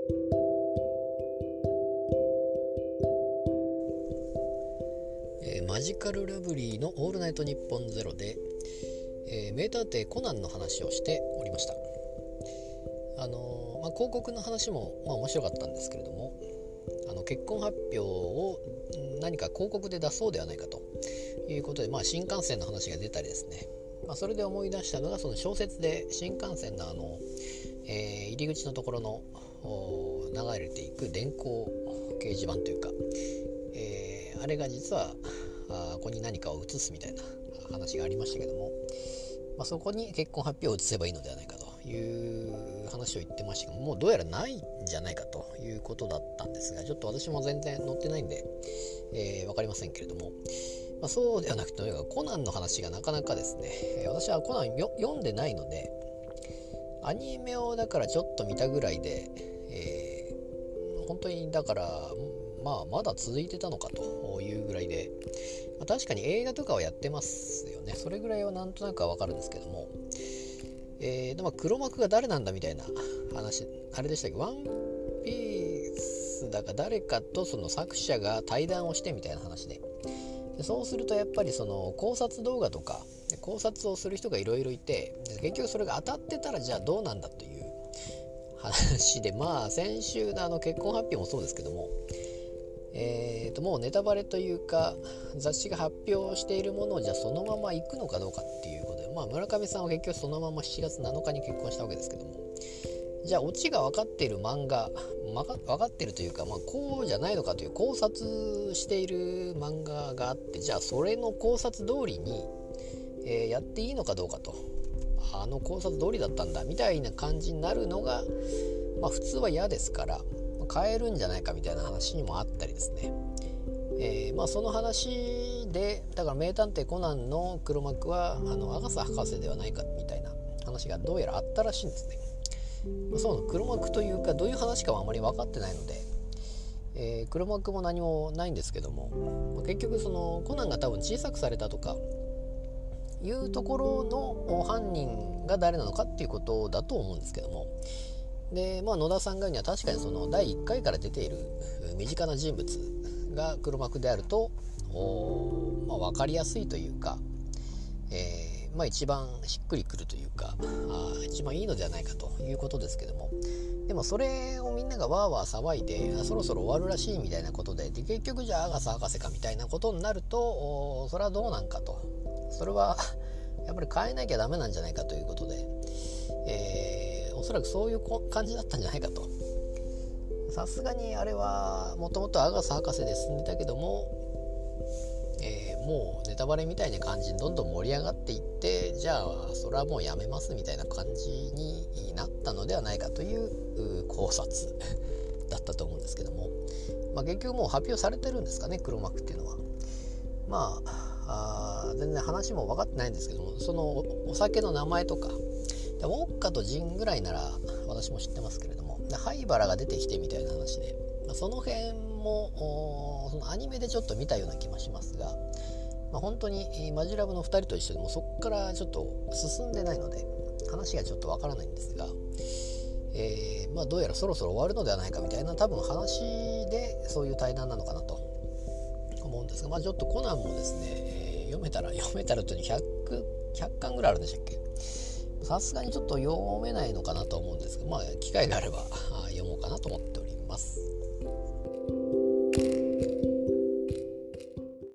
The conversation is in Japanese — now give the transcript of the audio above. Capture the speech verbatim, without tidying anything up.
えーマジカルラブリーのオールナイトニッポンゼロで、えー名探偵コナンの話をしておりました。あのーまあ、広告の話も、まあ、面白かったんですけれども、あの結婚発表を何か広告で出そうではないかということで、まあ、新幹線の話が出たりですね、まあ、それで思い出したのがその小説で新幹線のあの、えー入り口のところの流れていく電光掲示板というか、えーあれが実はあここに何かを移すみたいな話がありましたけども、まあ、そこに結婚発表を移せばいいのではないかという話を言ってましたけども、もうどうやらないんじゃないかということだったんですが、ちょっと私も全然載ってないんで、えー、分かりませんけれども、まあ、そうではなくてとにかくコナンの話がなかなかですね、私はコナンよ読んでないので、アニメをだからちょっと見たぐらいで、えー、本当にだからまあまだ続いてたのかというぐらいで、まあ、確かに映画とかはやってますよね。それぐらいはなんとなくは分かるんですけども、えー、でも黒幕が誰なんだみたいな話、あれでしたっけ、ワンピースだか誰かとその作者が対談をしてみたいな話で、でそうするとやっぱりその考察動画とか考察をする人がいろいろいて、結局それが当たってたらじゃあどうなんだという話で、まあ先週のあの結婚発表もそうですけども、えーともうネタバレというか雑誌が発表しているものをじゃあそのまま行くのかどうかっていうことで、まあ村上さんは結局そのまましちがつなのかに結婚したわけですけども、じゃあオチが分かっている漫画、分かっているというか、まあ、こうじゃないのかという考察している漫画があって、じゃあそれの考察通りに、えーやっていいのかどうかと、あの考察通りだったんだみたいな感じになるのが、まあ、普通は嫌ですから変えるんじゃないかみたいな話にもあったりですね、えーまあ、その話でだから名探偵コナンの黒幕はあのアガサ博士ではないかみたいな話がどうやらあったらしいんですね。まあ、そう黒幕というかどういう話かはあまり分かってないので、えー、黒幕も何もないんですけども、まあ、結局そのコナンが多分小さくされたとかいうところの犯人が誰なのかっていうことだと思うんですけども、で、まあ、野田さんが言うには確かにそのだいいっかいから出ている身近な人物が黒幕であると、まあ、分かりやすいというか、えーまあ、一番しっくりくるというか、あ一番いいのではないかということですけども、でもそれをみんながワーワー騒いでそろそろ終わるらしいみたいなことで、で結局じゃあアガサ博士かみたいなことになると、それはどうなんかと、それはやっぱり変えなきゃダメなんじゃないかということで、えーおそらくそういう感じだったんじゃないかと。さすがにあれはもともとアガサ博士で進んでたけども、えー、もうネタバレみたいな感じにどんどん盛り上がっていって、じゃあそれはもうやめますみたいな感じになったのではないかという考察だったと思うんですけども、まあ、結局もう発表されてるんですかね、黒幕っていうのは。まあ、あ全然話も分かってないんですけども、そのお酒の名前とかウォッカとジンぐらいなら私も知ってますけれども、灰原が出てきてみたいな話で、その辺もそのアニメでちょっと見たような気もしますが、まあ、本当にマジラブのふたりと一緒でもそこからちょっと進んでないので話がちょっとわからないんですが、えーまあ、どうやらそろそろ終わるのではないかみたいな多分話でそういう対談なのかなと思うんですが、まあ、ちょっとコナンもですね、えー、読めたら読めたらとひゃく、ひゃっかんぐらいあるんでしたっけ。さすがにちょっと読めないのかなと思うんですが、まあ機会があれば読もうかなと思っております。